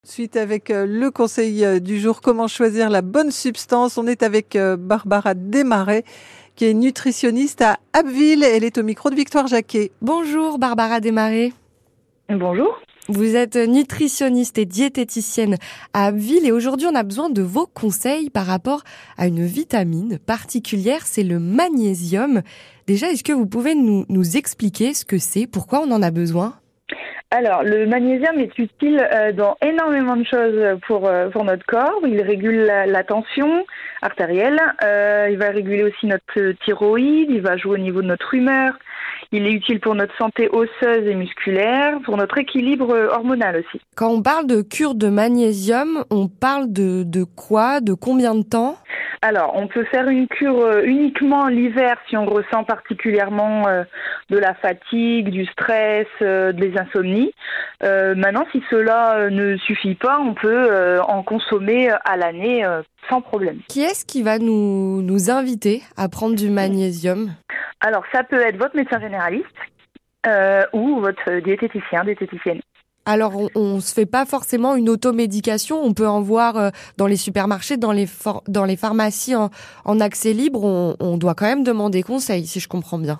Suite avec le conseil du jour, comment choisir la bonne substance. On est avec Barbara Desmarais, qui est nutritionniste à Abbeville. Elle est au micro de Victoire Jacquet. Bonjour Barbara Desmarais. Bonjour. Vous êtes nutritionniste et diététicienne à Abbeville et aujourd'hui on a besoin de vos conseils par rapport à une vitamine particulière, c'est le magnésium. Déjà, est-ce que vous pouvez nous expliquer ce que c'est, pourquoi on en a besoin ? Alors, le magnésium est utile dans énormément de choses pour notre corps. Il régule la tension artérielle, il va réguler aussi notre thyroïde, il va jouer au niveau de notre humeur. Il est utile pour notre santé osseuse et musculaire, pour notre équilibre hormonal aussi. Quand on parle de cure de magnésium, on parle de quoi ? De combien de temps ? Alors, on peut faire une cure uniquement l'hiver si on ressent particulièrement de la fatigue, du stress, des insomnies. Maintenant, si cela ne suffit pas, on peut en consommer à l'année sans problème. Qui est-ce qui va nous inviter à prendre du magnésium ? Alors, ça peut être votre médecin généraliste ou votre diététicienne. Alors, on se fait pas forcément une automédication. On peut en voir dans les supermarchés, dans les pharmacies en accès libre. On doit quand même demander conseil, si je comprends bien.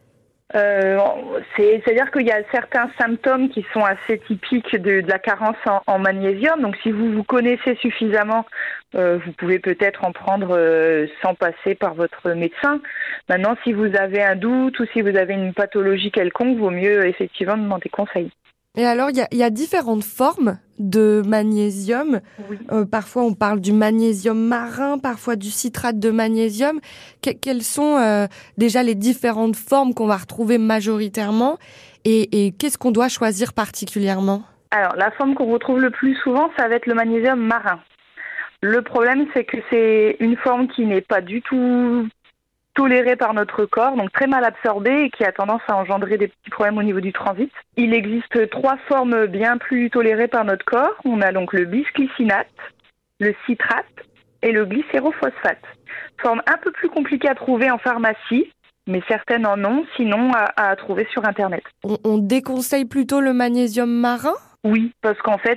C'est-à-dire qu'il y a certains symptômes qui sont assez typiques de la carence en magnésium. Donc, si vous connaissez suffisamment, vous pouvez peut-être en prendre sans passer par votre médecin. Maintenant, si vous avez un doute ou si vous avez une pathologie quelconque, vaut mieux effectivement demander conseil. Et alors, il y a différentes formes de magnésium. Oui. Parfois, on parle du magnésium marin, parfois du citrate de magnésium. Quelles sont déjà les différentes formes qu'on va retrouver majoritairement et qu'est-ce qu'on doit choisir particulièrement ? Alors, la forme qu'on retrouve le plus souvent, ça va être le magnésium marin. Le problème, c'est que c'est une forme qui n'est pas du tout toléré par notre corps, donc très mal absorbé et qui a tendance à engendrer des petits problèmes au niveau du transit. Il existe 3 formes bien plus tolérées par notre corps. On a donc le bisglycinate, le citrate et le glycérophosphate. Forme un peu plus compliquée à trouver en pharmacie, mais certaines en ont, sinon à trouver sur Internet. On déconseille plutôt le magnésium marin ? Oui, parce qu'en fait,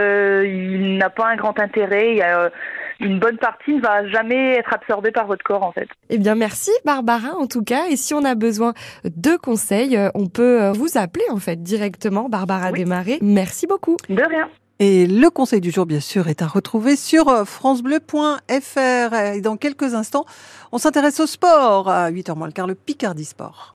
il n'a pas un grand intérêt. Il y a une bonne partie ne va jamais être absorbée par votre corps, en fait. Eh bien, merci Barbara, en tout cas. Et si on a besoin de conseils, on peut vous appeler, en fait, directement, Barbara Desmarais. Merci beaucoup. De rien. Et le conseil du jour, bien sûr, est à retrouver sur francebleu.fr. Et dans quelques instants, on s'intéresse au sport à 8h moins le quart, le Picardie Sport.